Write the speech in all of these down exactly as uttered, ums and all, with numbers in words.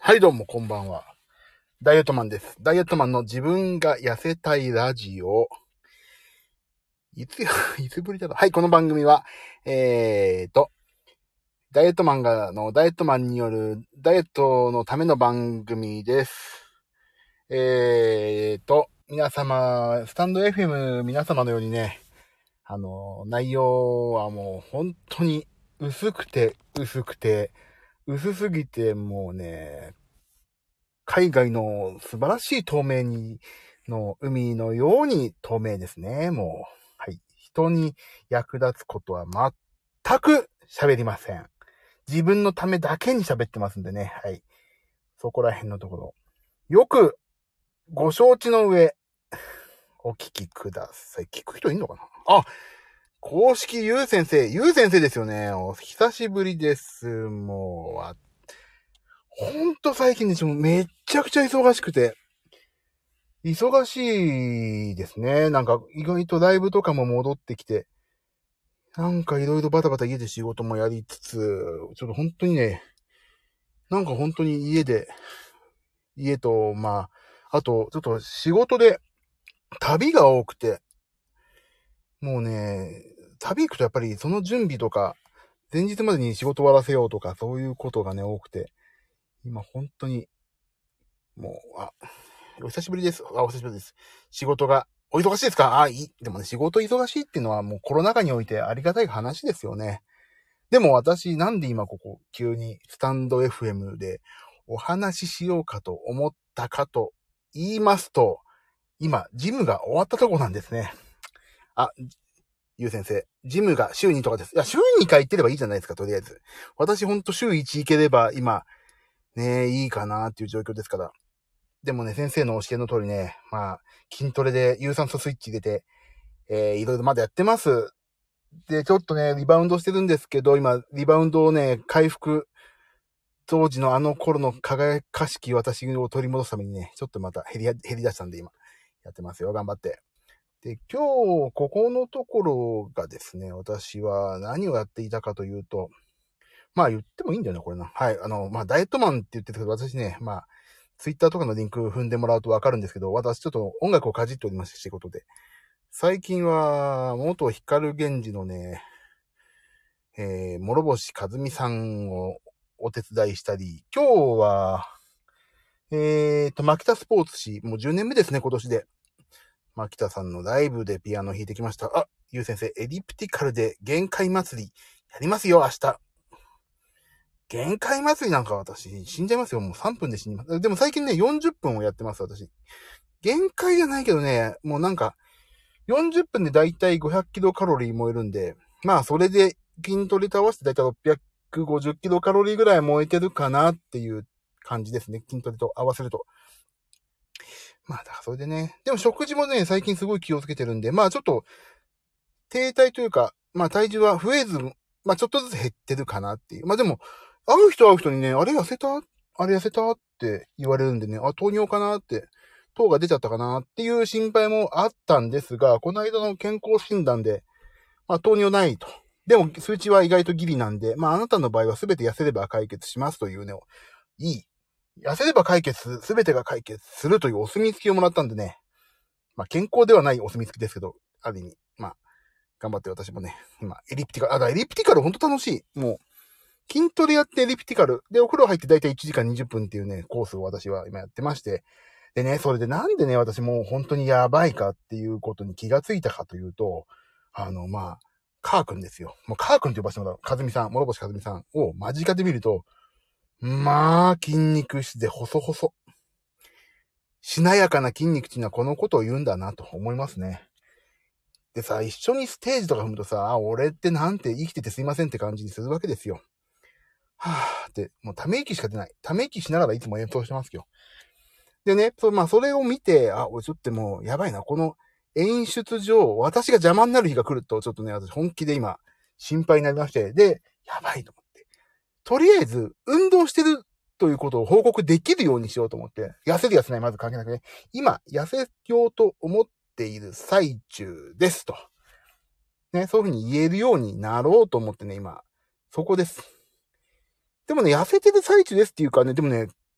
はいどうもこんばんは。ダイエットマンです。ダイエットマンの自分が痩せたいラジオ。いつや、いつぶりだろはい、この番組は、えーと、ダイエットマンが、の、ダイエットマンによるダイエットのための番組です。えーと、皆様、スタンド エフエム 皆様のようにね、あの、内容はもう本当に薄くて、薄くて、薄すぎてもうね、海外の素晴らしい透明に、の海のように透明ですね。もう。はい。人に役立つことは全く喋りません。自分のためだけに喋ってますんでね。はい。そこら辺のところ。よくご承知の上、お聞きください。聞く人いんのかなあ、公式ゆう先生。ゆう先生ですよね。お久しぶりです。もう、ほんと最近ね、めっちゃくちゃ忙しくて。忙しいですね。なんか意外とライブとかも戻ってきて、なんかいろいろバタバタ家で仕事もやりつつ、ちょっと本当にね、なんか本当に家で、家と、まあ、あとちょっと仕事で旅が多くて、もうね、旅行くとやっぱりその準備とか、前日までに仕事終わらせようとか、そういうことがね、多くて、今本当に、もう、あ、お久しぶりです。あ、お久しぶりです。仕事が、お忙しいですか？あ、いい。でもね、仕事忙しいっていうのはもうコロナ禍においてありがたい話ですよね。でも私、なんで今ここ、急にスタンド エフエム でお話ししようかと思ったかと言いますと、今、ジムが終わったとこなんですね。あ、ゆう先生、ジムが週にとかです。いや、週にかい行ってればいいじゃないですか、とりあえず。私ほんと週いち行ければ今、ね、いいかなっていう状況ですから。でもね、先生の教えの通りね、まあ、筋トレで有酸素スイッチ入れて、えー、いろいろまだやってます。で、ちょっとね、リバウンドしてるんですけど、今、リバウンドをね、回復、当時のあの頃の輝かしき私を取り戻すためにね、ちょっとまた減り、減り出したんで今、やってますよ。頑張って。で、今日、ここのところがですね、私は何をやっていたかというと、まあ言ってもいいんだよね、これな。はい。あの、まあ、ダイエットマンって言ってたけど、私ね、まあ、ツイッターとかのリンク踏んでもらうとわかるんですけど、私ちょっと音楽をかじっておりまして、仕事で。最近は、元光源氏のね、えー、諸星和美さんをお手伝いしたり、今日は、えーと、牧田スポーツ氏、もうじゅうねんめですね、今年で。牧田さんのライブでピアノ弾いてきました。あ、ゆう先生、エリプティカルで限界祭り、やりますよ、明日。限界祭りなんか私、死んじゃいますよ。もうさんぷんで死にます。でも最近ね、よんじゅっぷんをやってます、私。限界じゃないけどね、もうなんか、よんじゅっぷんでだいたいごひゃくキロカロリー燃えるんで、まあ、それで筋トレと合わせてだいたいろっぴゃくごじゅうキロカロリーぐらい燃えてるかなっていう感じですね。筋トレと合わせると。まあ、だからそれでね。でも食事もね、最近すごい気をつけてるんで、まあちょっと、停滞というか、まあ体重は増えず、まあちょっとずつ減ってるかなっていう。まあでも、会う人会う人にね、あれ痩せたあれ痩せたって言われるんでね、あ、糖尿かなって、糖が出ちゃったかなっていう心配もあったんですが、この間の健康診断で、まあ糖尿ないと。でも数値は意外とギリなんで、まああなたの場合は全て痩せれば解決しますというね、いい。痩せれば解決、全てが解決するというお墨付きをもらったんでね、まあ健康ではないお墨付きですけど、ある意味、まあ、頑張って私もね、今、エリプティカル、あ、だエリプティカルほんと楽しい。もう、筋トレやってエリプティカル。で、お風呂入ってだいたいいちじかんにじゅっぷんっていうね、コースを私は今やってまして。でね、それでなんでね、私もう本当にやばいかっていうことに気がついたかというと、あの、まあ、カー君ですよ。もうカー君って呼ばせてもらう。かずみさん、諸星かずみさんを間近で見ると、まあ、筋肉質で細々。しなやかな筋肉っていうのはこのことを言うんだなと思いますね。でさ、一緒にステージとか踏むとさ、あ、俺ってなんて生きててすいませんって感じにするわけですよ。はぁーって、もうため息しか出ない。ため息しながらいつも演奏してますよ。でね、そまあそれを見て、あ、俺ちょっともうやばいな。この演出上、私が邪魔になる日が来ると、ちょっとね、私本気で今、心配になりまして、で、やばいと思って。とりあえず、運動してるということを報告できるようにしようと思って、痩せる痩せないまず関係なくね、今、痩せようと思っている最中ですと。ね、そういうふうに言えるようになろうと思ってね、今、そこです。でもね、痩せてる最中ですっていうかね、でもね、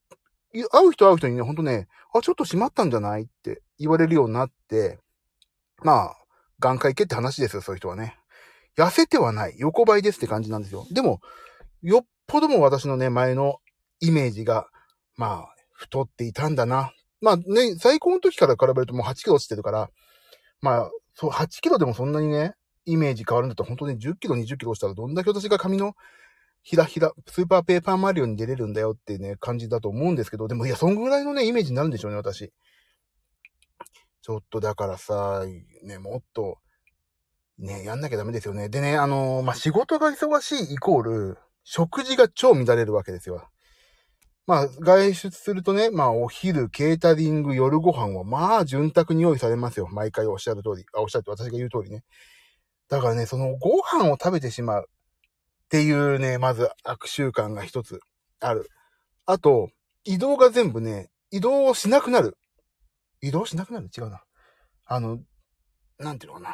会う人会う人にね、ほんとね、あ、ちょっと閉まったんじゃないって言われるようになって、まあ、眼科行けって話ですよ、そういう人はね。痩せてはない。横ばいですって感じなんですよ。でも、よっぽども私のね、前のイメージが、まあ、太っていたんだな。まあね、最高の時から比べるともうはちキロ落ちてるから、まあ、そう、はちキロでもそんなにね、イメージ変わるんだったら本当にじゅっキロ、にじゅっキロ落ちたらどんだけ私が髪のひらひら、スーパーペーパーマリオに出れるんだよっていうね、感じだと思うんですけど、でもいや、そんぐらいのね、イメージになるんでしょうね、私。ちょっとだからさ、ね、もっと、ね、やんなきゃダメですよね。でね、あのー、まあ、仕事が忙しいイコール、食事が超乱れるわけですよ。まあ、外出するとね、まあ、お昼、ケータリング、夜ご飯は、まあ、潤沢に用意されますよ。毎回おっしゃる通り。あ、おっしゃると私が言う通りね。だからね、そのご飯を食べてしまうっていうね、まず悪習慣が一つある。あと、移動が全部ね、移動をしなくなる。移動しなくなる？違うな。あの、なんていうのかな。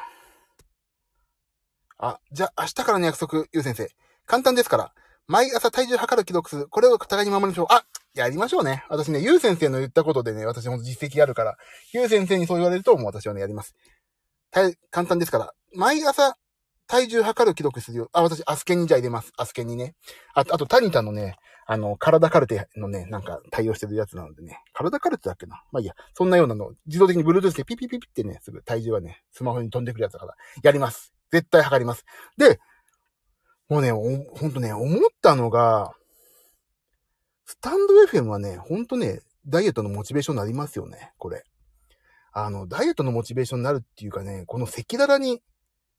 あ、じゃあ明日からの約束、ゆう先生。簡単ですから。毎朝体重測る記録する。これを互いに守りましょう。あ、やりましょうね。私ね、ゆう先生の言ったことでね、私も実績あるから、ゆう先生にそう言われると、もう私はね、やります。簡単ですから。毎朝体重測る記録するよ。あ、私、アスケンにじゃあ入れます。アスケンにね。あと、あと、タニタのね、あの、体カルテのね、なんか対応してるやつなのでね。体カルテだっけな。まあいいや。そんなようなの、自動的に Bluetooth でピピピピってね、すぐ体重はね、スマホに飛んでくるやつだから、やります。絶対測ります。で、もうね、ほんとね、思ったのが、スタンド エフエム はね、ほんとね、ダイエットのモチベーションになりますよね、これ。あの、ダイエットのモチベーションになるっていうかね、この赤裸々に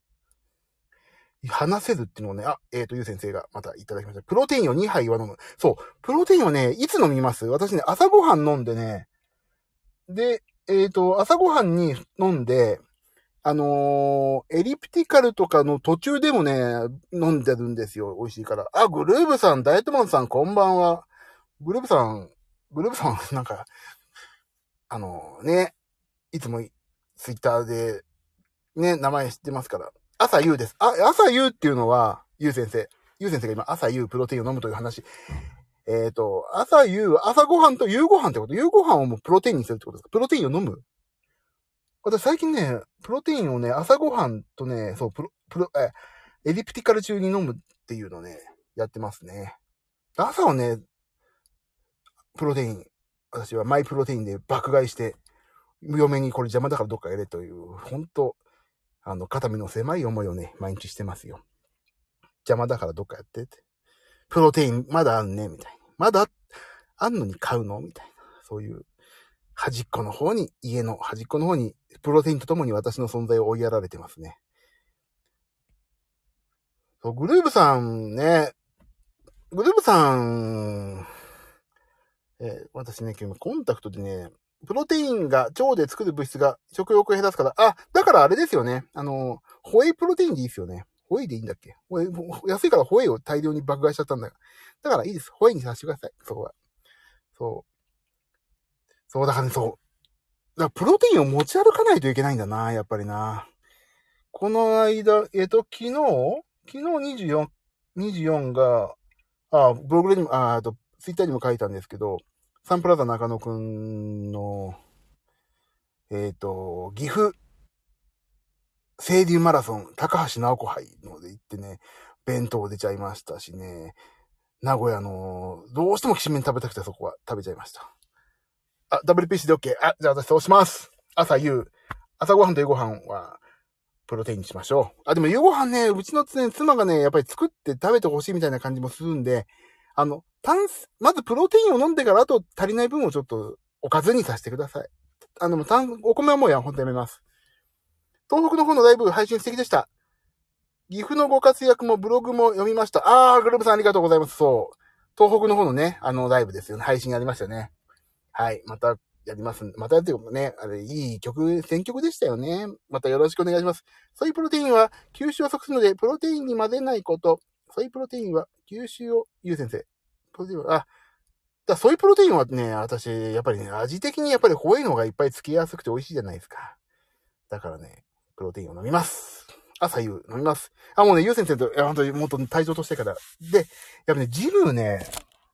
話せるっていうのをね、あ、えっと、ゆう先生がまたいただきました。プロテインをにはいは飲む。そう、プロテインをね、いつ飲みます？私ね、朝ごはん飲んでね、で、えっと、朝ごはんに飲んで、あのー、エリプティカルとかの途中でもね、飲んでるんですよ。美味しいから。あ、グルーブさん、ダイエットマンさん、こんばんは。グルーブさん、グルーブさん、なんか、あのー、ね、いつもツイッターで、ね、名前知ってますから。朝夕です。あ、朝夕っていうのは、ゆう先生。ゆう先生が今、朝夕プロテインを飲むという話。えっと、朝夕、朝ごはんと夕ごはんってこと？夕ごはんをもうプロテインにするってことですか？プロテインを飲む？私最近ね、プロテインをね、朝ごはんとね、そう、プロ、プロ、え、エリプティカル中に飲むっていうのをね、やってますね。朝はね、プロテイン、私はマイプロテインで爆買いして、嫁にこれ邪魔だからどっかやれという、ほんと、あの、肩身の狭い思いをね、毎日してますよ。邪魔だからどっかやってって。プロテインまだあんねみたいな。まだあんのに買うのみたいな。そういう、端っこの方に、家の端っこの方に、プロテインとともに私の存在を追いやられてますね。そう、グルーブさんね、グルーブさん、えー、私ね、今日コンタクトでね、プロテインが腸で作る物質が食欲を減らすから、あ、だからあれですよね。あの、ホエイプロテインでいいですよね。ホエイでいいんだっけ？ホエイ、安いからホエイを大量に爆買いしちゃったんだよ。だからいいです。ホエイにさせてください。そこは。そう。そう、だからね、そう。だからプロテインを持ち歩かないといけないんだな、やっぱりな。この間、えっと、昨日昨日にじゅうよん、にじゅうよんが、あ、ブログにも、あ、あと、ツイッターにも書いたんですけど、サンプラザ中野くんの、えっと、岐阜、清流マラソン、高橋直子杯ので行ってね、弁当出ちゃいましたしね、名古屋の、どうしてもきしめん食べたくてそこは食べちゃいました。あ、ダブリューピーシー で OK。あ、じゃあ私そうします。朝夕、朝ごはんと夕ごはんは、プロテインにしましょう。あ、でも夕ごはんね、うちの、ね、妻がね、やっぱり作って食べてほしいみたいな感じもするんで、あの、炭水、まずプロテインを飲んでから、あと足りない分をちょっとおかずにさせてください。あの、炭、お米はもうや、ほんとやめます。東北の方のライブ配信素敵でした。岐阜のご活躍もブログも読みました。あー、グループさんありがとうございます。そう。東北の方のね、あのライブですよね。配信ありましたよね。はい。またやります。またやってもね、あれ、いい曲、選曲でしたよね。またよろしくお願いします。ソイプロテインは吸収を遅くするので、プロテインに混ぜないこと。ソイプロテインは吸収を、ゆう先生。プロテインは、あ、だソイプロテインはね、私、やっぱりね、味的にやっぱりホエイの方がいっぱいつけやすくて美味しいじゃないですか。だからね、プロテインを飲みます。朝夕飲みます。あ、もうね、ゆう先生と、いや、本当にもっと体調としてから。で、やっぱね、ジムね、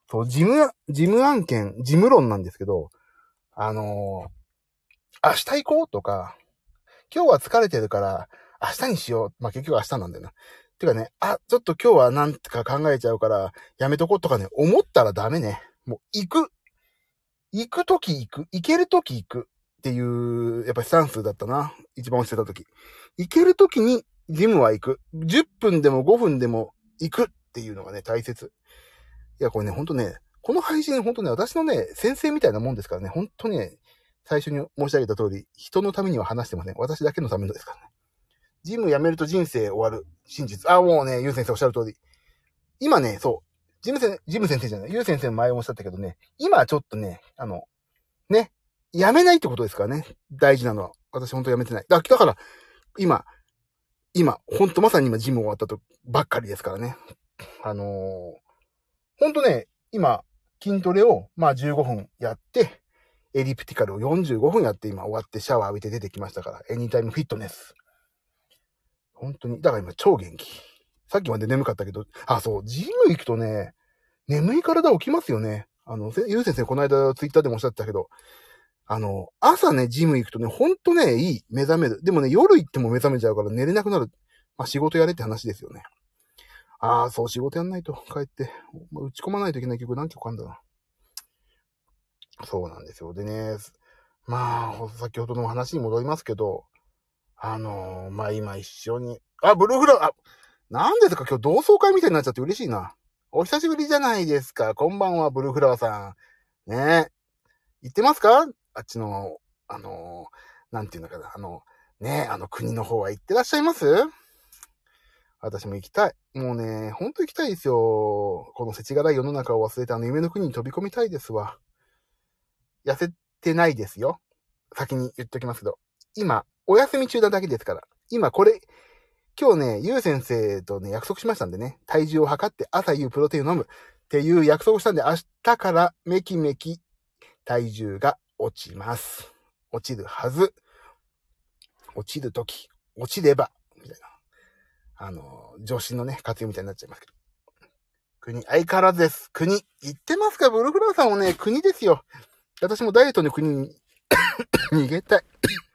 そう、事務、事務案件、事務論なんですけど、あのー、明日行こうとか、今日は疲れてるから、明日にしよう。まあ、結局明日なんだよな。てかね、あ、ちょっと今日はなんとか考えちゃうから、やめとこうとかね、思ったらダメね。もう、行く。行くとき行く。行けるとき行く。っていう、やっぱりスタンスだったな。一番落ちてたとき。行けるときに、ジムは行く。じゅっぷんでもごふんでも行くっていうのがね、大切。いや、これね、ほんとね、この配信ほんとね、私のね、先生みたいなもんですからね、ほんとにね、最初に申し上げた通り、人のためには話してません。私だけのためですからね。ジム辞めると人生終わる。真実。あ、もうね、ゆう先生おっしゃる通り。今ね、そう。ジム先生、ジム先生じゃない。ゆう先生前もおっしゃったけどね、今ちょっとね、あの、ね、辞めないってことですからね。大事なのは。私ほんと辞めてない。だだから、今、今、ほんとまさに今ジム終わったとばっかりですからね。あのー、ほんとね、今、筋トレを、まあじゅうごふんやって、エリプティカルをよんじゅうごふんやって今終わってシャワー浴びて出てきましたから、エニタイムフィットネス。本当に。だから今超元気。さっきまで眠かったけど、あ、そう、ジム行くとね、眠い体起きますよね。あの、ゆう先生この間ツイッターでもおっしゃってたけど、あの、朝ね、ジム行くとね、ほんとね、いい。目覚める。でもね、夜行っても目覚めちゃうから寝れなくなる。まあ仕事やれって話ですよね。ああ、そう、仕事やんないと帰って、打ち込まないといけない曲何曲あんだな。そうなんですよ。でね、まあ、先ほどの話に戻りますけど、あのー、まあ今一緒に、あ、ブルーフラワー、あ、なんですか今日同窓会みたいになっちゃって嬉しいな。お久しぶりじゃないですか。こんばんは、ブルーフラワーさん。ねえ。行ってますかあっちの、あのー、なんていうのかな。あの、ねえ、あの国の方は行ってらっしゃいます？私も行きたい。もうね、ほんと行きたいですよ。この世知辛い世の中を忘れてあの夢の国に飛び込みたいですわ。痩せてないですよ。先に言っておきますけど。今、お休み中なだけですから。今これ、今日ね、ゆう先生とね、約束しましたんでね、体重を測って朝夕プロテインを飲むっていう約束をしたんで、明日からめきめき体重が落ちます。落ちるはず。落ちるとき、落ちれば、みたいな。あの、女子のね、活用みたいになっちゃいますけど。国、相変わらずです。国、行ってますかブルフラーさんもね、国ですよ。私もダイエットの国に逃げたい。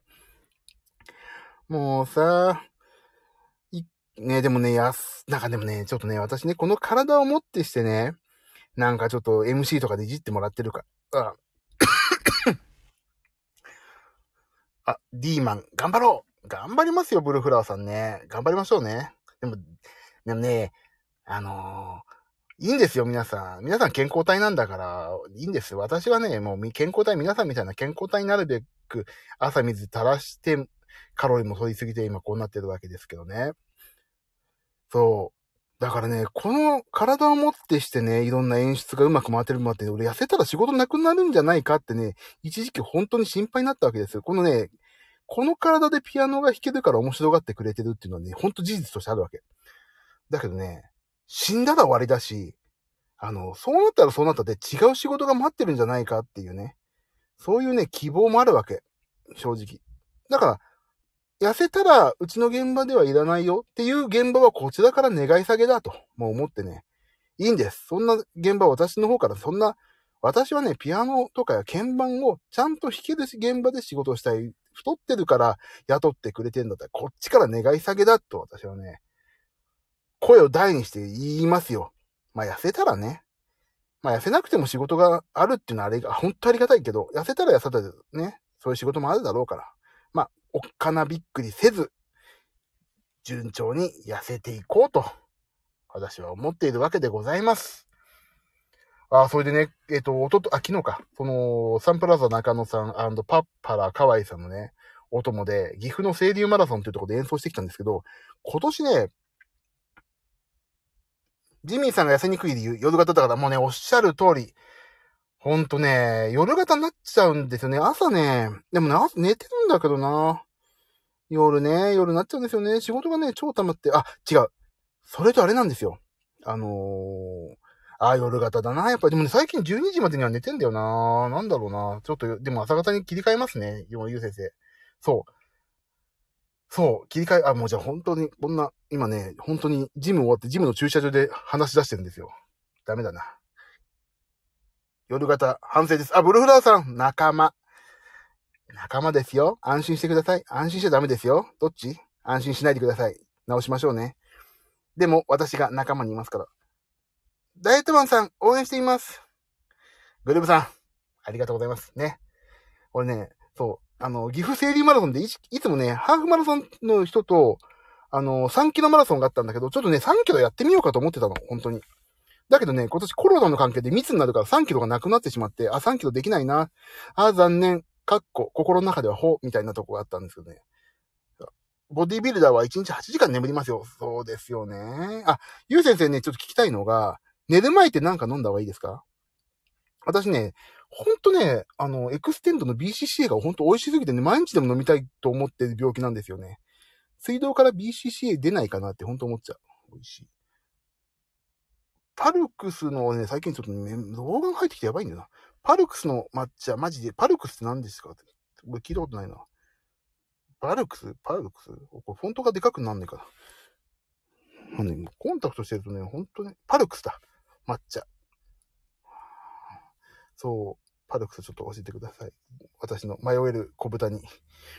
もうさ、ね、でもね、やす、なんかでもね、ちょっとね、私ね、この体をもってしてね、なんかちょっと エムシー とかでいじってもらってるから。あ、D マン、頑張ろう頑張りますよ、ブルーフラワーさんね。頑張りましょうね。でも、でもね、あのー、いいんですよ、皆さん。皆さん健康体なんだから、いいんですよ。私はね、もう健康体、皆さんみたいな健康体になるべく、朝水垂らして、カロリーも取りすぎて今こうなってるわけですけどね。そう。だからね、この体をもってしてね、いろんな演出がうまく回ってるもあって、俺痩せたら仕事なくなるんじゃないかってね、一時期本当に心配になったわけですよ。このね、この体でピアノが弾けるから面白がってくれてるっていうのはね、本当事実としてあるわけ。だけどね、死んだら終わりだし、あの、そうなったらそうなったで違う仕事が待ってるんじゃないかっていうね、そういうね、希望もあるわけ。正直。だから、痩せたら、うちの現場ではいらないよっていう現場はこちらから願い下げだと、もう思ってね。いいんです。そんな現場は私の方から、そんな、私はね、ピアノとかや鍵盤をちゃんと弾ける現場で仕事をしたい。太ってるから雇ってくれてるんだったら、こっちから願い下げだと私はね、声を大にして言いますよ。まあ痩せたらね。まあ痩せなくても仕事があるっていうのはあれが、本当ありがたいけど、痩せたら痩せたでね、そういう仕事もあるだろうから。まあ、おっかなびっくりせず、順調に痩せていこうと、私は思っているわけでございます。ああ、それでね、えっと、おとと、あ、昨日か、その、サンプラザ中野さんパッパラ河合さんのね、お供で、岐阜の清流マラソンというところで演奏してきたんですけど、今年ね、ジミーさんが痩せにくい理由、夜型だからもうね、おっしゃる通り、ほんとね、夜型になっちゃうんですよね。朝ね、でもね、朝寝てるんだけどな。夜ね、夜になっちゃうんですよね。仕事がね、超溜まって、あ、違う。それとあれなんですよ。あのー、あ、夜型だな。やっぱり、でもね、最近じゅうにじまでには寝てんだよな。なんだろうな。ちょっと、でも朝方に切り替えますね。ゆう先生。そう。そう。切り替え、あ、もうじゃあ本当に、こんな、今ね、本当にジム終わってジムの駐車場で話し出してるんですよ。ダメだな。 夜型、反省です。あ、ブルフラワーさん、仲間。仲間ですよ。安心してください。安心しちゃダメですよ。どっち？安心しないでください。直しましょうね。でも、私が仲間にいますから。ダイエットマンさん、応援しています。グルーブさん、ありがとうございます。ね。俺ね、そう、あの、岐阜セーリーマラソンでい、いつもね、ハーフマラソンの人と、あの、さんキロマラソンがあったんだけど、ちょっとね、さんキロやってみようかと思ってたの、本当に。だけどね、今年コロナの関係で密になるからさんキロがなくなってしまって、あ、さんキロできないな。あ、残念。かっこ、心の中ではほ、みたいなとこがあったんですけどね。ボディビルダーはいちにちはちじかん眠りますよ。そうですよね。あ、ゆう先生ね、ちょっと聞きたいのが、寝る前ってなんか飲んだ方がいいですか？私ね、ほんとね、あの、エクステンドの ビーシーシーエー がほんと美味しすぎてね、毎日でも飲みたいと思ってる病気なんですよね。水道から ビーシーシーエー 出ないかなってほんと思っちゃう。美味しい。パルクスのね、最近ちょっとね、動画が入ってきてやばいんだよな。パルクスの抹茶、マジで、パルクスって何ですかって。俺聞いたことないな。パルクスパルクスこれフォントがでかくなんねえかな。ね、コンタクトしてるとね、ほんとね、パルクスだ。抹茶。そう、パルクスちょっと教えてください。私の迷える小豚に。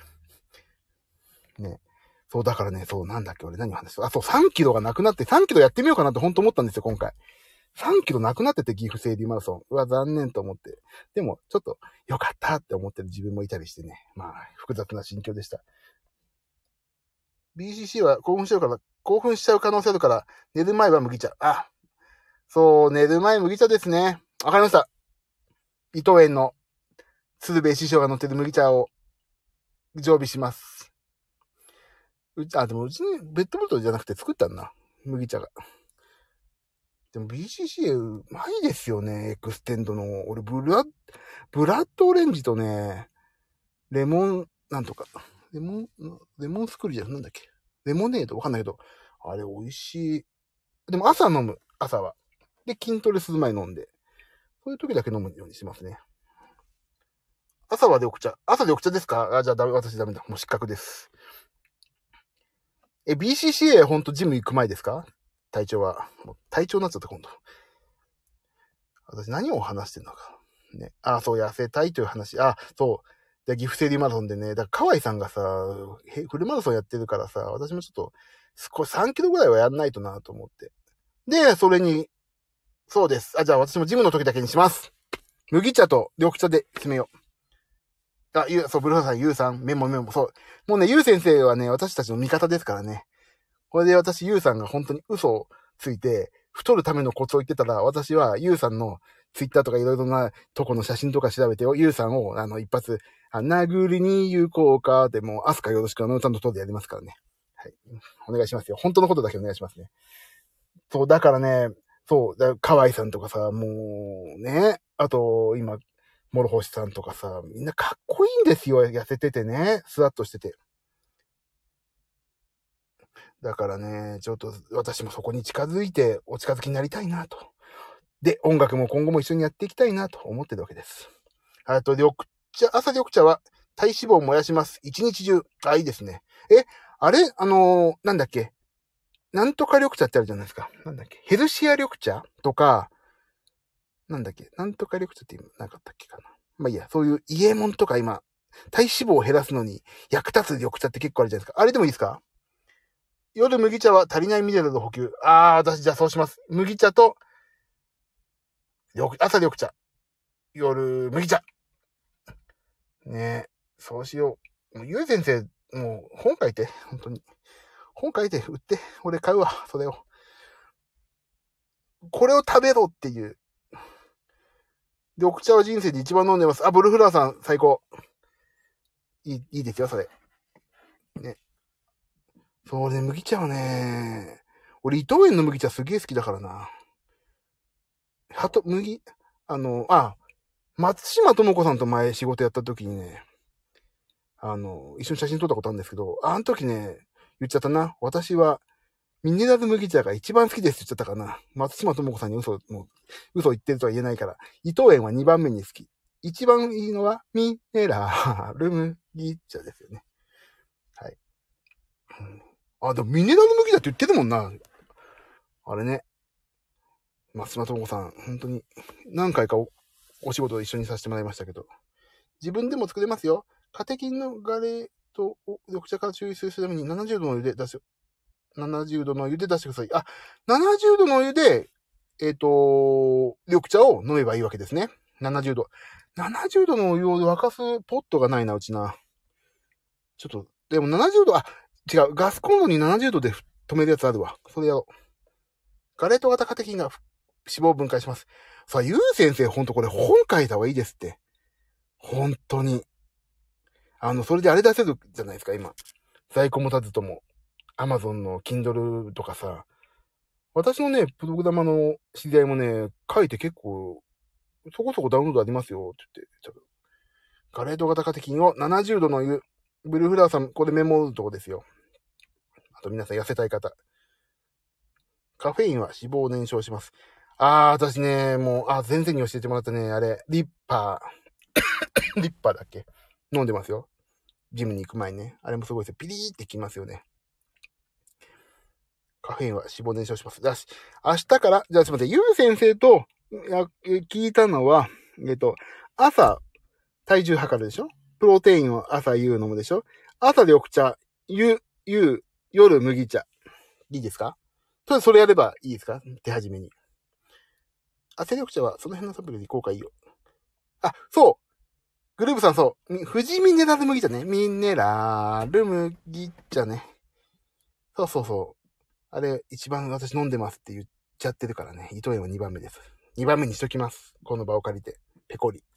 ね。そう、だからね、そう、なんだっけ、俺何を話した？あ、そう、さんキロがなくなって、さんキロやってみようかなってほんと思ったんですよ、今回。さんキロなくなってて、岐阜セーリーマラソン。うわ、残念と思って。でも、ちょっと、よかったって思ってる自分もいたりしてね。まあ、複雑な心境でした。ビーシーシー は興奮しちゃうから、興奮しちゃう可能性あるから、寝る前は麦茶。あ、そう、寝る前麦茶ですね。わかりました。伊藤園の鶴瓶師匠が乗ってる麦茶を常備します。うち、あ、でもうちにペットボトルじゃなくて作ったんだ。麦茶が。でも ビーシーシーエー うまいですよね。エクステンドの。俺、ブラッ、ブラッドオレンジとね、レモン、なんとか。レモン、レモンスクリューじゃなんだっけ。レモネードわかんないけど。あれ美味しい。でも朝飲む。朝は。で、筋トレする前飲んで。そういう時だけ飲むようにしてますね。朝は緑茶。朝緑茶ですか？あ、じゃあダメ、私ダメだ。もう失格です。え、ビーシーシーエー ほんとジム行く前ですか？体調は。もう体調になっちゃった今度。私何を話してんのか。ね。あ、そう、痩せたいという話。あ、そう。で、岐阜セーリーマラソンでね、だから河合さんがさ、フルマラソンやってるからさ、私もちょっと、少しさんキロぐらいはやんないとなと思って。で、それに、そうです。あ、じゃあ私もジムの時だけにします。麦茶と緑茶で決めよう。あ、ゆう、そう、ブルーさん、ゆうさん、メモメモ、そう。もうね、ゆう先生はね、私たちの味方ですからね。これで私、ゆうさんが本当に嘘をついて、太るためのコツを言ってたら、私はゆうさんのツイッターとかいろいろなとこの写真とか調べて、ゆうさんを、あの、一発、あ、殴りに行こうか、でも、アスカよろしくあの歌のとでやりますからね。はい。お願いしますよ。本当のことだけお願いしますね。そう、だからね、そう、だ河合さんとかさ、もう、ね、あと、今、諸星さんとかさ、みんなかっこいいんですよ。痩せててね、スワッとしてて。だからね、ちょっと私もそこに近づいてお近づきになりたいなと。で、音楽も今後も一緒にやっていきたいなと思ってるわけです。あと、緑茶、朝緑茶は体脂肪を燃やします。一日中。あ、いいですね。え、あれあのー、なんだっけなんとか緑茶ってあるじゃないですか。なんだっけヘルシア緑茶とか、なんだっけなんとか緑茶ってなかったっけかな。まあいいや、そういう家門とか今、体脂肪を減らすのに役立つ緑茶って結構あるじゃないですか。あれでもいいですか？夜麦茶は足りないミネラルの補給。あー、私じゃあそうします。麦茶と、朝緑茶。夜麦茶。ねえ、そうしよう。もうゆう先生、もう本書いて、本当に。本書いて、売って。俺買うわ、それを。これを食べろっていう。緑茶は人生で一番飲んでます。あ、ブルフラーさん、最高。いい、いいですよ、それ。ね。そうね、麦茶はね、俺伊藤園の麦茶すげえ好きだからな。はと、麦、あの、あ、松島智子さんと前仕事やった時にね、あの、一緒に写真撮ったことあるんですけど、あの時ね、言っちゃったな。私は、ミネラル麦茶が一番好きですって言っちゃったかな。松島智子さんに嘘、もう、嘘言ってるとは言えないから、伊藤園はにばんめに好き。一番いいのは、ミネラル麦茶ですよね。はい。うん、あ、でもミネラル麦茶って言ってるもんな。あれね。松島智子さん、本当に、何回かおお仕事を一緒にさせてもらいましたけど。自分でも作れますよ。カテキンのガレートを緑茶から抽出するためにななじゅうどのお湯で出し、ななじゅうどのお湯で出してください。あ、ななじゅうどのお湯で、えっと、緑茶を飲めばいいわけですね。ななじゅうど。ななじゅうどのお湯を沸かすポットがないな、うちな。ちょっと、でもななじゅうど、あ、違う、ガスコンロにななじゅうどで止めるやつあるわ。それやろう。ガレート型カテキンが脂肪を分解します。さあ、ゆう先生、ほんとこれ本書いた方がいいですって。本当に。あの、それであれ出せるじゃないですか、今。在庫持たずとも。アマゾンの Kindle とかさ。私のね、プログラマーの知り合いもね、書いて結構、そこそこダウンロードありますよ、って言って。ちょっとガレート型カテキンをななじゅうどの湯。ブルーフラワーさん、これメモるとこですよ。あと皆さん痩せたい方。カフェインは脂肪を燃焼します。あー、私ね、もう、あ、先生に教えてもらったね、あれ、リッパー。リッパーだっけ飲んでますよ。ジムに行く前にね。あれもすごいですよ。ピリーってきますよね。カフェインは脂肪燃焼します。だし、明日から、じゃあすみません。ゆう先生と、や聞いたのは、えっと、朝、体重測るでしょ？プロテインを朝夕飲むでしょ？朝緑茶、夕、夕、夜麦茶。いいですか？とりあえずそれやればいいですか？手始めに。朝緑茶はその辺のサプリで効果いいよ。あ、そうグループさんそう。富士ミネラル麦茶ね。ミネラル麦茶ね。そうそうそう。あれ、一番私飲んでますって言っちゃってるからね。糸園はにばんめです。にばんめにしときます。この場を借りて。ペコリ。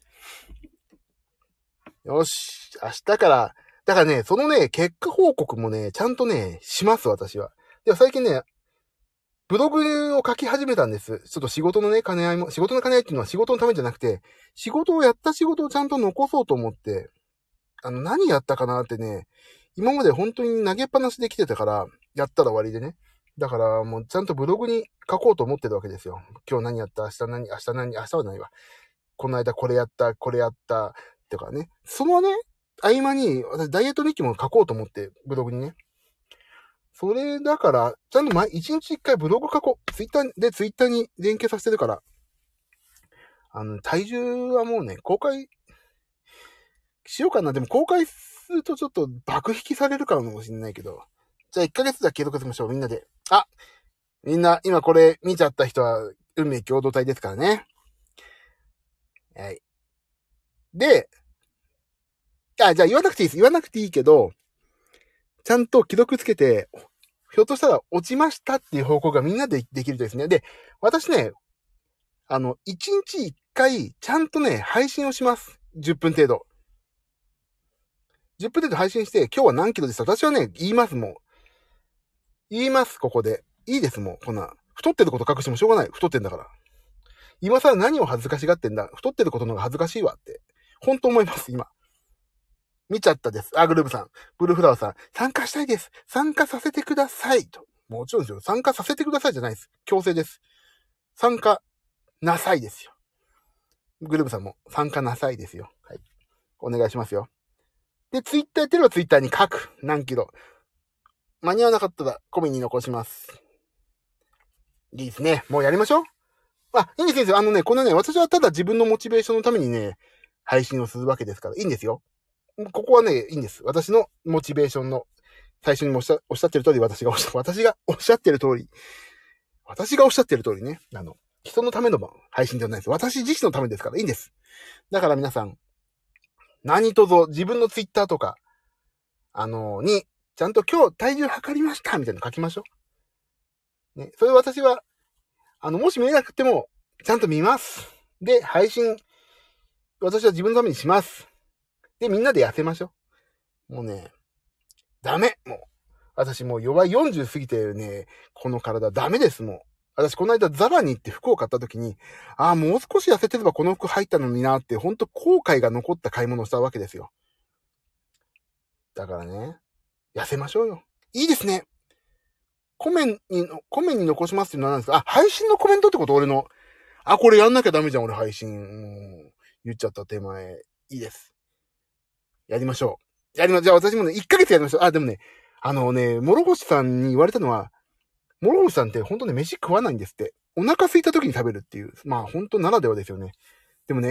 よし。明日から、だからね、そのね、結果報告もね、ちゃんとね、します、私は。では最近ね、ブログを書き始めたんです。ちょっと仕事のね、兼ね合いも、仕事の兼ね合いっていうのは仕事のためじゃなくて、仕事をやった仕事をちゃんと残そうと思って、あの、何やったかなってね、今まで本当に投げっぱなしできてたから、やったら終わりでね。だからもうちゃんとブログに書こうと思ってるわけですよ。今日何やった、明日何、明日何、明日は何は。この間これやった、これやった、ってかね。そのね、合間に、私ダイエット日記も書こうと思って、ブログにね。それだから、ちゃんと毎、一日一回ブログ書こう。ツイッターでツイッターに連携させてるから。あの、体重はもうね、公開しようかな。でも公開するとちょっと爆引きされるかもしれないけど。じゃあいっかげつだけ継続しましょう、みんなで。あみんな、今これ見ちゃった人は、運命共同体ですからね。はい。で、あ、じゃあ言わなくていいです。言わなくていいけど、ちゃんと既読つけて、ひょっとしたら落ちましたっていう報告がみんなでできるとですね。で、私ね、あの、いちにちいっかい、ちゃんとね、配信をします。じゅっぷん程度。じゅっぷん程度配信して、今日は何キロです。私はね、言います、もう。言います、ここで。いいです、もう。こんな。太ってること隠してもしょうがない。太ってんだから。今更何を恥ずかしがってんだ。太ってることの方が恥ずかしいわって。本当思います、今。見ちゃったです。あ、グループさん。ブルーフラワーさん。参加したいです。参加させてください。と。もちろんですよ。参加させてくださいじゃないです。強制です。参加なさいですよ。グループさんも参加なさいですよ。はい。お願いしますよ。で、ツイッターやってればツイッターに書く。何キロ。間に合わなかったらコミに残します。いいですね。もうやりましょう。あ、いいんですよ。あのね、このね、私はただ自分のモチベーションのためにね、配信をするわけですから、いいんですよ。ここはね、いいんです。私のモチベーションの、最初にもおっしゃ、おっしゃってる通り、私がおっしゃ、私がおっしゃってる通り、私がおっしゃってる通りね、あの、人のための配信じゃないです。私自身のためですから、いいんです。だから皆さん、何とぞ自分のツイッターとか、あのー、に、ちゃんと今日体重測りましたみたいなの書きましょう。ね。それ私は、あの、もし見えなくても、ちゃんと見ます。で、配信、私は自分のためにします。で、みんなで痩せましょう。もうね、ダメ。もう。私もう弱いよんじゅう過ぎてね、この体ダメです、もう。私この間ザラに行って服を買った時に、ああ、もう少し痩せてればこの服入ったのになって、ほんと後悔が残った買い物をしたわけですよ。だからね、痩せましょうよ。いいですね。コメンに、コメンに残しますっていうのは何ですか？あ、配信のコメントってこと？俺の。あ、これやんなきゃダメじゃん、俺配信。もう言っちゃった手前。いいです。やりましょう。やりま、じゃあ私もね、いっかげつやりましょう。あ、でもね、あのね、諸星さんに言われたのは、諸星さんってほんとね、飯食わないんですって。お腹空いた時に食べるっていう。まあほんとならではですよね。でもね、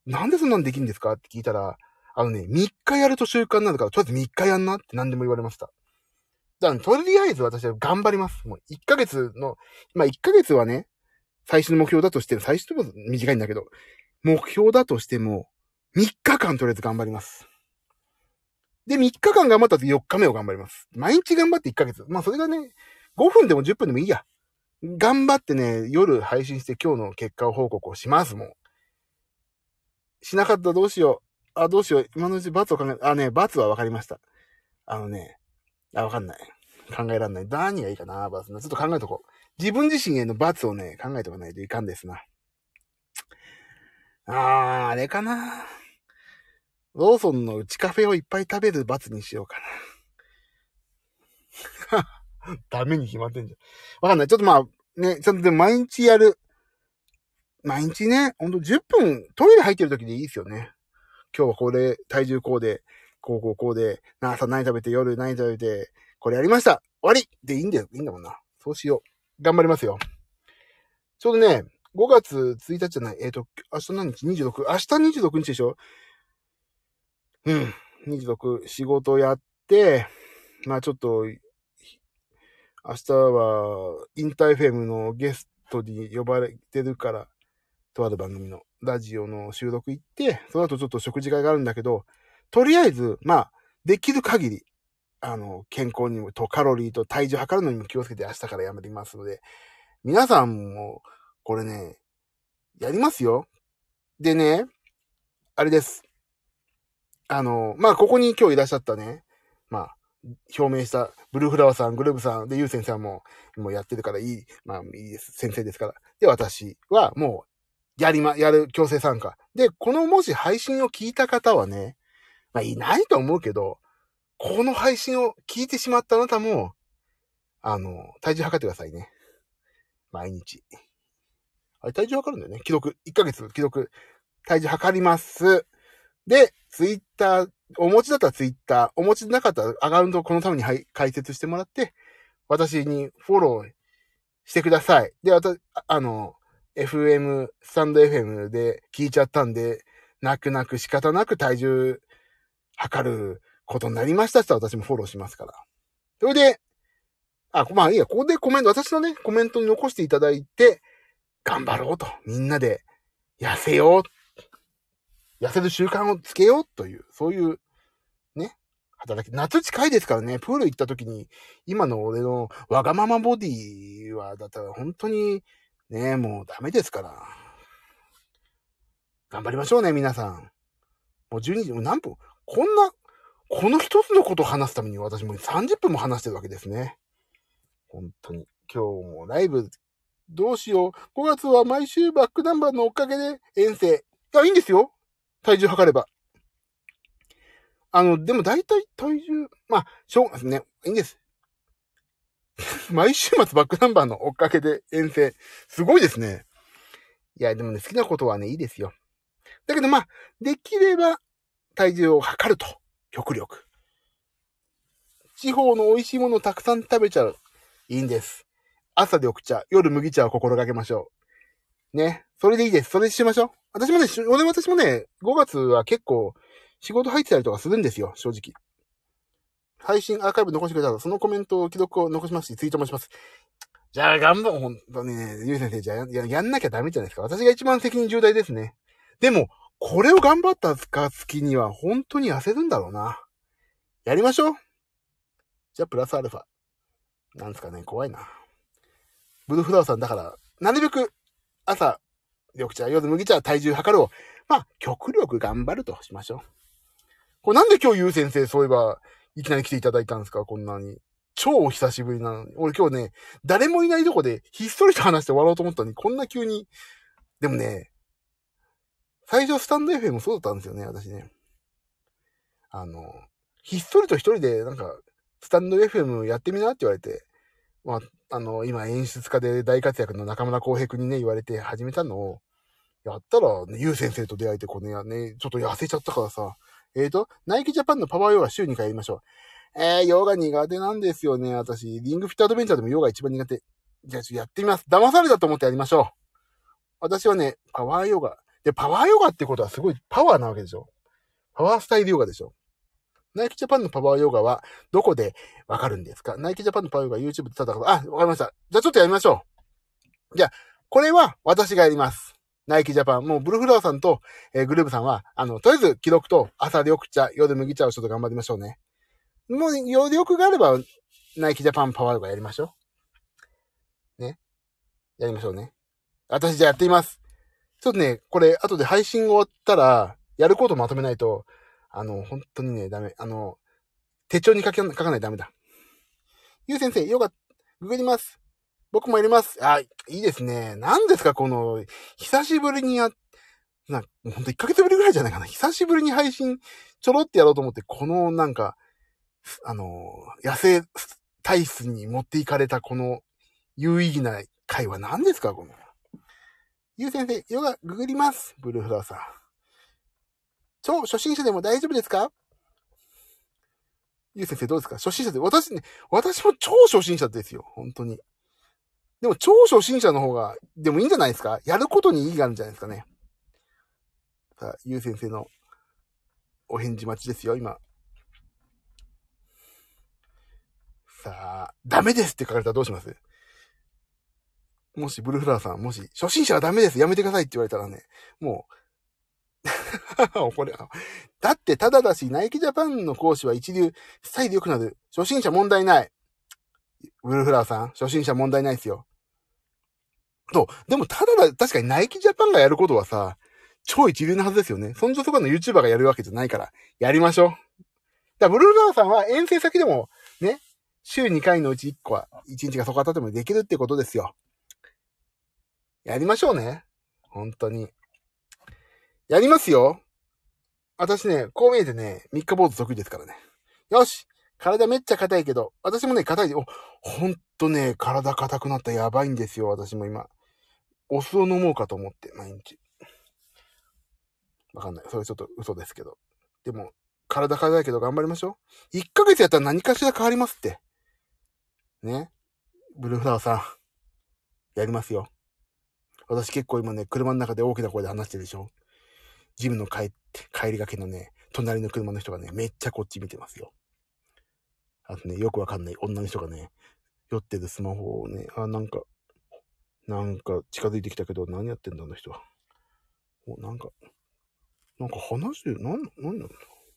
なんでそんなんできるんですかって聞いたら、あのね、みっかやると習慣になるから、とりあえずみっかやんなって何でも言われました。だから、とりあえず私は頑張ります。もういっかげつの、まあいっかげつはね、最初の目標だとしても、最初でも短いんだけど、目標だとしても、みっかかんとりあえず頑張ります。で、みっかかん頑張ったらよっかめを頑張ります。毎日頑張っていっかげつ。まあそれがね、ごふんでもじゅっぷんでもいいや。頑張ってね、夜配信して今日の結果を報告をします、もう。しなかったらどうしよう。あ、どうしよう。今のうち罰を考え、あね、罰は分かりました。あのね、あ、分かんない。考えらんない。何がいいかな、罰。ちょっと考えとこう。自分自身への罰をね、考えておかないといかんですな。あー、あれかな。ローソンのうちカフェをいっぱい食べる罰にしようかな。ダメに決まってんじゃん。わかんない。ちょっとまあ、ね、ちょっとでも毎日やる。毎日ね、ほんとじゅっぷんトイレ入ってる時でいいですよね。今日はこれ、体重こうで、こうこうこうで、朝何食べて、夜何食べて、これやりました終わりでいいんだよ。いいんだもんな。そうしよう。頑張りますよ。ちょうどね、ごがつついたちじゃない。えっと、明日何日 ?にじゅうろく。明日にじゅうろくにちでしょ。うん。にじゅうろく、仕事やって、まあちょっと、明日は、インター エフエム のゲストに呼ばれてるから、とある番組のラジオの収録行って、その後ちょっと食事会があるんだけど、とりあえず、まあ、できる限り、あの、健康にも、とカロリーと体重測るのにも気をつけて明日からやめてみますので、皆さんも、これね、やりますよ。でね、あれです。あの、まあ、ここに今日いらっしゃったね、まあ、表明したブルーフラワーさん、グルーブさんで、ゆう先生も、もうやってるからいい、まあ、いいです。先生ですから。で、私はもう、やりま、やる強制参加。で、このもし配信を聞いた方はね、まあ、いないと思うけど、この配信を聞いてしまったあなたも、あの、体重測ってくださいね。毎日。あれ、体重測るんだよね。記録。いっかげつ記録。体重測ります。で、ツイッター、お持ちだったらツイッター、お持ちでなかったらアカウントをこのために解説してもらって、私にフォローしてください。で、あと、あの、エフエム、スタンド エフエム で聞いちゃったんで、泣く泣く仕方なく体重測ることになりましたって私もフォローしますから。それで、あ、まあいいや、ここでコメント、私のね、コメントに残していただいて、頑張ろうと。みんなで痩せよう。痩せる習慣をつけようという、そういう、ね、働き。夏近いですからね、プール行った時に、今の俺のわがままボディは、だったら本当に、ね、もうダメですから。頑張りましょうね、皆さん。もうじゅうにじ、もう何分こんな、この一つのことを話すために私もさんじゅっぷんも話してるわけですね。本当に。今日もライブ、どうしよう。ごがつは毎週バックナンバーのおかげで遠征。いや、いいんですよ。体重測れば。あの、でも大体体重、まあ、しょうがですね。いいんです。毎週末バックナンバーのおかげで遠征。すごいですね。いや、でもね、好きなことはね、いいですよ。だけどまあ、できれば体重を測ると。極力。地方の美味しいものをたくさん食べちゃう。いいんです。朝緑茶、夜麦茶を心がけましょう。ね。それでいいです。それしましょう。私もね、俺私もね、ごがつは結構仕事入ってたりとかするんですよ、正直。配信アーカイブ残してくれたら、そのコメントを記録を残しますし、ツイートもします。じゃあ、頑張ろう。ほんとね、ゆう先生、じゃあや、やんなきゃダメじゃないですか。私が一番責任重大ですね。でも、これを頑張った暁には、本当に痩せるんだろうな。やりましょう。じゃあ、プラスアルファ。なんですかね、怖いな。ブルーフラワーさん、だから、なるべく、朝、緑茶、夜麦茶、体重測るを、まあ、極力頑張るとしましょう。これなんで今日ゆう先生、そういえば、いきなり来ていただいたんですか、こんなに。超お久しぶりなのに。俺今日ね、誰もいないとこでひっそりと話して終わろうと思ったのに、こんな急に。でもね、最初スタンド エフエム もそうだったんですよね、私ね。あの、ひっそりと一人で、なんか、スタンド エフエム やってみなって言われて、まあ、あの、今演出家で大活躍の中村浩平君にね、言われて始めたのを、やったら、ね、ゆう先生と出会えて、こうね、ね、ちょっと痩せちゃったからさ、えーと、ナイキジャパンのパワーヨガ週にかいやりましょう。えー、ヨガ苦手なんですよね、私。リングフィットアドベンチャーでもヨガ一番苦手。じゃあ、ちょっとやってみます。騙されたと思ってやりましょう。私はね、パワーヨガ。 で、パワーヨガってことはすごいパワーなわけでしょ。パワースタイルヨガでしょ。ナイキジャパンのパワーヨガはどこでわかるんですか？ナイキジャパンのパワーヨガ YouTube でただ、あ、わかりました。じゃあちょっとやりましょう。じゃあ、これは私がやります。ナイキジャパン。もうブルフラワーさんと、えー、グループさんは、あの、とりあえず記録と朝緑茶、夜麦茶をちょっと頑張りましょうね。もう余力があれば、ナイキジャパンパワーヨガやりましょう。ね。やりましょうね。私じゃあやってみます。ちょっとね、これ、後で配信終わったら、やることまとめないと、あの、本当にね、ダメ。あの、手帳に書か書かないとダメだ。ゆう先生、ヨガ、ググります。僕もやります。あ、いいですね。何ですか、この、久しぶりにや、な、ほんといっかげつぶりぐらいじゃないかな。久しぶりに配信、ちょろってやろうと思って、この、なんか、あの、野生体質に持っていかれた、この、有意義な会話何ですか、この。ゆう先生、ヨガ、ググります。ブルーフラワーさん。超初心者でも大丈夫ですか？ゆう先生どうですか？初心者で、私ね、私も超初心者ですよ。本当に。でも超初心者の方が、でもいいんじゃないですか？やることに意義があるんじゃないですかね。さあ、ゆう先生のお返事待ちですよ、今。さあ、ダメですって書かれたらどうします？もし、ブルーフラワーさん、もし、初心者はダメです、やめてくださいって言われたらね、もう、これ、だってただだし、ナイキジャパンの講師は一流、スタイル良くなる。初心者問題ない。ブルーフラワーさん、初心者問題ないですよ。そう。でもただだ、確かにナイキジャパンがやることはさ、超一流なはずですよね。そんじょそこの YouTuber がやるわけじゃないから、やりましょう。だからブルーフラワーさんは遠征先でも、ね、週にかいのうちいっこは、いちにちがそこ当たってもできるってことですよ。やりましょうね。本当に。やりますよ。私ね、こう見えてね、三日坊主得意ですからね。よし！体めっちゃ硬いけど、私もね、硬いで、お、ほんとね、体硬くなったらやばいんですよ、私も今。お酢を飲もうかと思って、毎日。わかんない。それちょっと嘘ですけど。でも、体硬いけど頑張りましょう。いっかげつやったら何かしら変わりますって。ね。ブルーフラワーさん、やりますよ。私結構今ね、車の中で大きな声で話してるでしょ。ジムの帰って、帰りがけのね、隣の車の人がね、めっちゃこっち見てますよ。あとね、よくわかんない女の人がね、酔ってるスマホをね、あ、なんか、なんか近づいてきたけど、何やってんだ、あの人は。お、なんか、なんか話してる、なん、なんだろ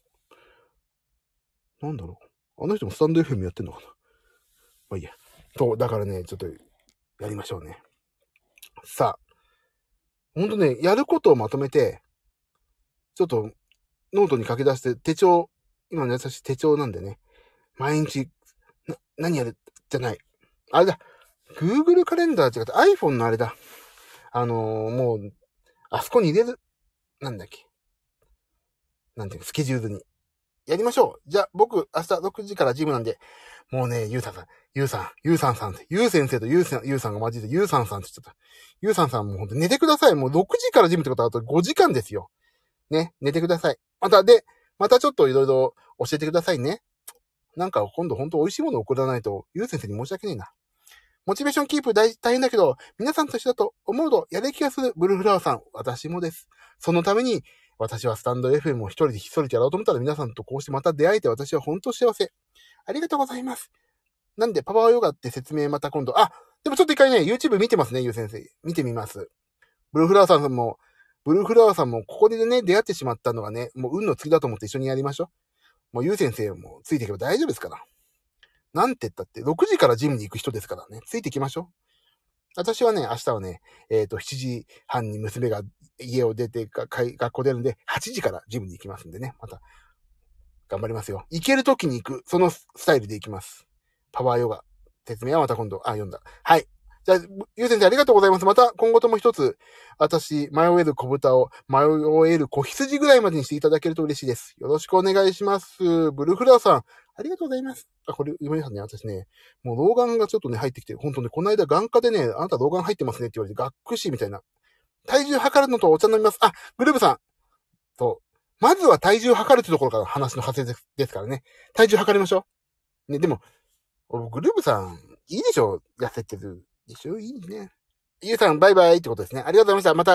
う。なんだろう。あの人もスタンド エフエム やってんのかな。まあいいや。そう、だからね、ちょっと、やりましょうね。さあ、ほんとね、やることをまとめて、ちょっと、ノートに書き出して、手帳、今の優しい手帳なんでね、毎日、な、何やるじゃない。あれだ。Google カレンダー違って iPhone のあれだ。あのー、もう、あそこに入れる。なんだっけ。なんていうの、スケジュールに。やりましょう。じゃあ、僕、明日ろくじからジムなんで、もうね、ゆうさんさん、ゆうさん、ゆうさんさんって、ゆう先生とゆうさん、ゆうさんが混じって、ゆうさんさんって言っちゃった。ゆうさんさんもうほんと寝てください。もうろくじからジムってことはあとごじかんですよ。ね、寝てください。また、で、またちょっといろいろ教えてくださいね。なんか今度ほんと美味しいものを送らないと、ゆう先生に申し訳ねえな。モチベーションキープ大大変だけど、皆さんと一緒だと思うとやる気がするブルーフラワーさん。私もです。そのために、私はスタンド エフエム を一人でひっそりとやろうと思ったら皆さんとこうしてまた出会えて私は本当幸せ。ありがとうございます。なんで、パワーヨガって説明また今度。あ、でもちょっと一回ね、YouTube 見てますね、ゆう先生。見てみます。ブルーフラワーさんも、ブルーフラワーさんもここでね、出会ってしまったのがね、もう運の次だと思って一緒にやりましょう。もうゆう先生もついていけば大丈夫ですから。なんて言ったって、ろくじからジムに行く人ですからね。ついていきましょう。私はね、明日はね、えっと、しちじはんに娘が家を出て、が学校出るんで、はちじからジムに行きますんでね。また、頑張りますよ。行ける時に行く。そのスタイルで行きます。パワーヨガ。説明はまた今度、あ、読んだ。はい。じゃあ、ゆう先生ありがとうございます。また今後とも一つ、私、迷える小豚を迷える子羊ぐらいまでにしていただけると嬉しいです。よろしくお願いします。ブルーフラワーさん、ありがとうございます。あ、これ、今さんね、私ね、もう老眼がちょっとね、入ってきて、本当ね、この間眼科でね、あなた老眼入ってますねって言われて、がっくしみたいな。体重測るのとお茶飲みます。あ、グルーブさん。そう。まずは体重測るってところから話の派生ですですからね。体重測りましょう。ね、でも、グルーブさん、いいでしょ？痩せてるでしょ？いいね。ゆうさん、バイバイってことですね。ありがとうございました。また、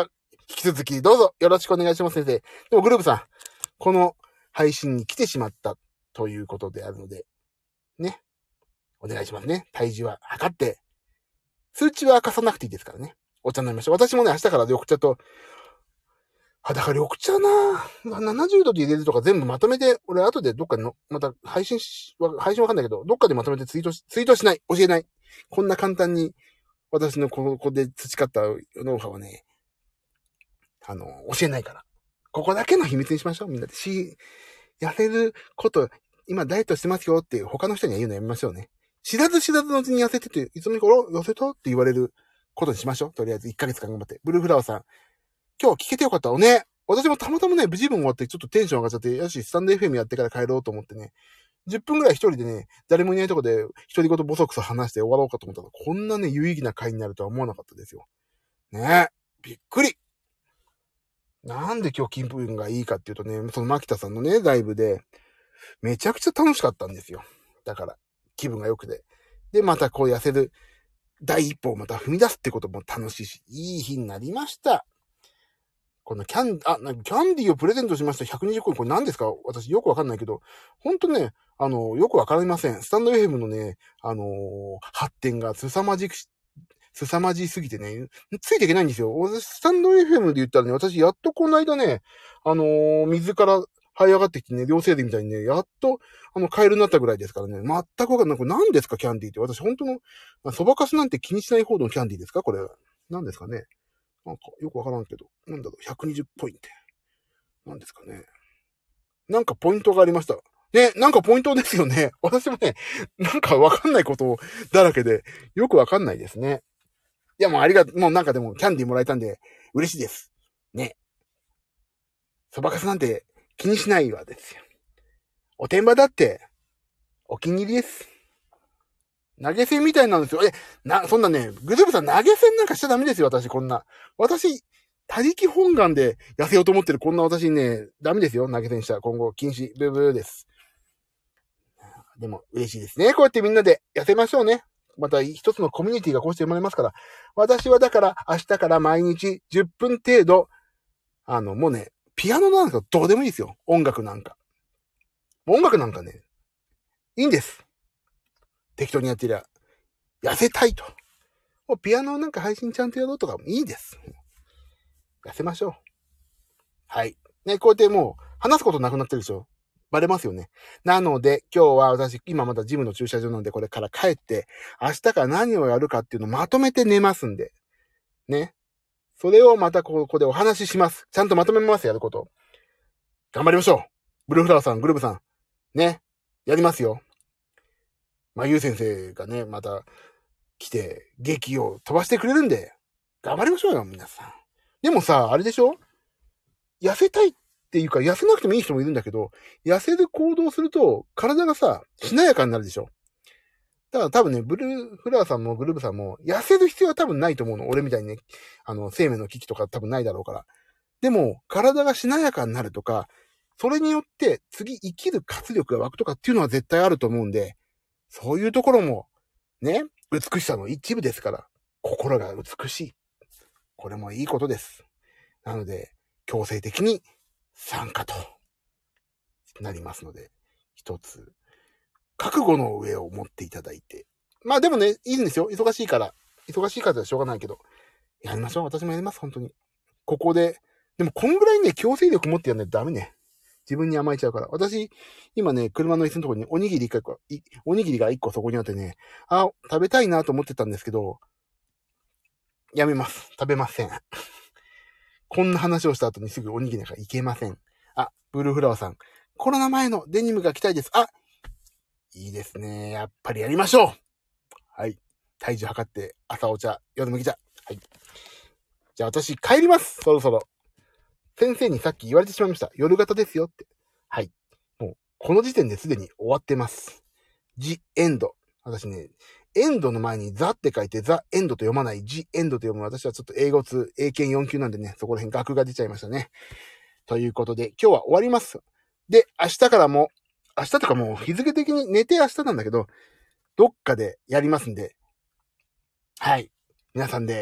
引き続きどうぞよろしくお願いします先生。でもグループさん、この配信に来てしまったということであるので、ね。お願いしますね。体重は測って、数値は明かさなくていいですからね。お茶飲みましょう。私もね、明日から緑茶と、あ、だから緑茶なぁ。ななじゅうどで入れるとか全部まとめて、俺後でどっかの、また配信し、配信わかんないけど、どっかでまとめてツイートし、ツイートしない。教えない。こんな簡単に、私のここで培ったノウハウはね、あの、教えないから。ここだけの秘密にしましょう。みんなで。し、痩せること、今ダイエットしてますよって他の人には言うのやめましょうね。知らず知らずのうちに痩せてて、いつの間にか、痩せたって言われることにしましょう。とりあえずいっかげつかん頑張って。ブルーフラワーさん。今日聞けてよかった。おね。私もたまたまね、無事分終わってちょっとテンション上がっちゃって、よし、スタンド エフエム やってから帰ろうと思ってね、じゅっぷんぐらい一人でね、誰もいないとこで一人ごとボソクソ話して終わろうかと思ったら、こんなね、有意義な回になるとは思わなかったですよ。ねえ。びっくり。なんで今日気分がいいかっていうとね、その牧田さんのね、ライブで、めちゃくちゃ楽しかったんですよ。だから、気分が良くて。で、またこう痩せる第一歩をまた踏み出すってことも楽しいし、いい日になりました。このキャン、あ、なんかキャンディーをプレゼントしました。ひゃくにじゅっこにこれ何ですか？私よくわかんないけど、ほんとね、あの、よくわかりません。スタンド エフエム のね、あのー、発展が凄まじく、凄まじすぎてね、ついていけないんですよ。スタンド エフエム で言ったらね、私やっとこの間ね、あのー、水から這い上がってきてね、両生類みたいにね、やっと、あの、カエルになったぐらいですからね、全くわかんない。これ何ですか、キャンディーって。私本当の、そばかすなんて気にしない方のキャンディーですかこれ。何ですかね。なんか、よくわからんけど。なんだろう、ひゃくにじゅうポイント。何ですかね。なんかポイントがありました。ね、なんかポイントですよね。私もね、なんかわかんないことだらけで、よくわかんないですね。いや、もうありがとう、もうなんかでもキャンディーもらえたんで、嬉しいです。ね。そばかすなんて気にしないわですよ。おてんばだって、お気に入りです。投げ銭みたいなんですよ。え、な、そんなね、グズブさん投げ銭なんかしちゃダメですよ、私、こんな。私、他力本願で痩せようと思ってるこんな私にね、ダメですよ、投げ銭したら今後禁止、ブーブーです。でも、嬉しいですね。こうやってみんなで痩せましょうね。また一つのコミュニティがこうして生まれますから。私はだから、明日から毎日じゅっぷん程度、あの、もうね、ピアノなんかどうでもいいですよ。音楽なんか。音楽なんかね、いいんです。適当にやってりゃ、痩せたいと。もうピアノなんか配信ちゃんとやろうとかもいいです。痩せましょう。はい。ね、こうやってもう、話すことなくなってるでしょ。バレますよね。なので、今日は私、今まだジムの駐車場なんで、これから帰って、明日から何をやるかっていうのをまとめて寝ますんで。ね。それをまたここでお話しします。ちゃんとまとめます、やること。頑張りましょう。ブルーフラワーさん、グルーブさん。ね。やりますよ。まゆう先生がね、また来て、劇を飛ばしてくれるんで、頑張りましょうよ、皆さん。でもさ、あれでしょ？痩せたいっていうか、痩せなくてもいい人もいるんだけど、痩せる行動すると、体がさ、しなやかになるでしょ？だから多分ね、ブルーフラワーさんもグルーブさんも、痩せる必要は多分ないと思うの。俺みたいにね、あの、生命の危機とか多分ないだろうから。でも、体がしなやかになるとか、それによって次生きる活力が湧くとかっていうのは絶対あると思うんで、そういうところも、ね、美しさの一部ですから、心が美しい。これもいいことです。なので、強制的に参加となりますので、一つ、覚悟の上を持っていただいて。まあでもね、いいんですよ。忙しいから。忙しいからはしょうがないけど。やりましょう。私もやります、本当に。ここで。でも、こんぐらいね、強制力持ってやんないとダメね。自分に甘えちゃうから。私、今ね、車の椅子のところにおにぎり一個、おにぎりが一個そこにあってね、あ、食べたいなと思ってたんですけど、やめます。食べません。こんな話をした後にすぐおにぎりなんかいけません。あ、ブルーフラワーさん。コロナ前のデニムが着たいです。あ、いいですね。やっぱりやりましょう。はい。体重測って、朝お茶、夜麦茶。はい。じゃあ私帰ります。そろそろ。先生にさっき言われてしまいました。夜型ですよって。はい。もう、この時点ですでに終わってます。ジ・エンド。私ね、エンドの前にザって書いてザ・エンドと読まないジ・エンドと読む。私はちょっと英語通、英検よん級なんでね、そこら辺学が出ちゃいましたね。ということで、今日は終わります。で、明日からも、明日とかもう日付的に寝て明日なんだけど、どっかでやりますんで、はい。皆さんで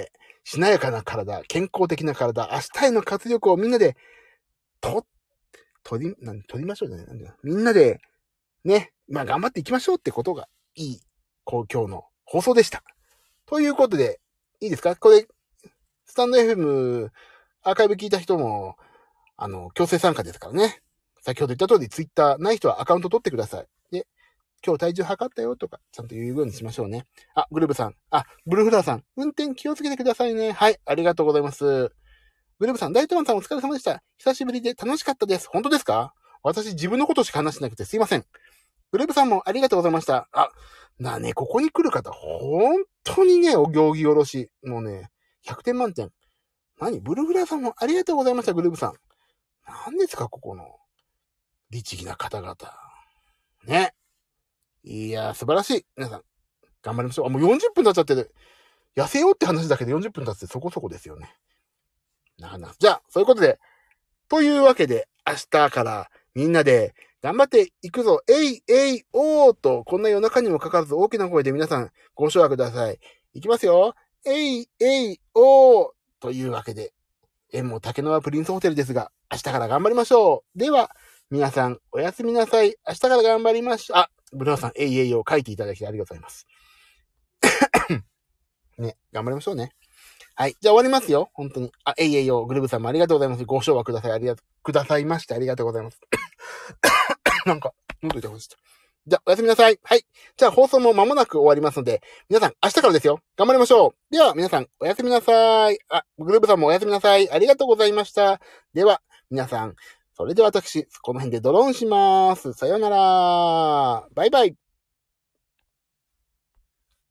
しなやかな体、健康的な体、明日への活力をみんなで、と、取り、なん取りましょうね。なんだみんなで、ね、まあ頑張っていきましょうってことがいい、こう今日の放送でした。ということで、いいですか？これ、スタンド エフエム アーカイブ聞いた人も、あの、強制参加ですからね。先ほど言った通り、ツイッターない人はアカウント取ってください。で、今日体重測ったよとか、ちゃんと言うようにしましょうね。あ、グルーブさん。あ、ブルーフラーさん。運転気をつけてくださいね。はい、ありがとうございます。グルーブさん、大東マンさんお疲れ様でした。久しぶりで楽しかったです。本当ですか？私自分のことしか話してなくてすいません。グルーブさんもありがとうございました。あ、なあね、ここに来る方、本当にね、お行儀よろしい。もうね、ひゃくてん満点。何？ブルーフラーさんもありがとうございました、グルーブさん。何ですか、ここの、律儀な方々。ね。いやー、素晴らしい。皆さん、頑張りましょう。あ、もうよんじゅっぷん経っちゃってる。痩せようって話だけでよんじゅっぷん経ってそこそこですよね。なかなか。じゃあ、そういうことで、というわけで、明日からみんなで頑張っていくぞ。えい、えい、おーと、こんな夜中にもかかわらず大きな声で皆さんご唱和ください。いきますよ。えい、えい、おーというわけで、縁も竹の輪プリンスホテルですが、明日から頑張りましょう。では、皆さんおやすみなさい。明日から頑張りましょう。あ、ブルーさん、えいえいを書いていただきありがとうございます。ね、頑張りましょうね。はい。じゃあ終わりますよ。本当に。あ、えいえいを、グルーブさんもありがとうございます。ご唱和ください。ありがとう、くださいましてありがとうございます。なんか、喉痛くなっちゃった。じゃあ、おやすみなさい。はい。じゃあ、放送も間もなく終わりますので、皆さん、明日からですよ。頑張りましょう。では、皆さん、おやすみなさい。あ、グルーブさんもおやすみなさい。ありがとうございました。では、皆さん、それでは私、この辺でドローンします。さようなら。バイバイ。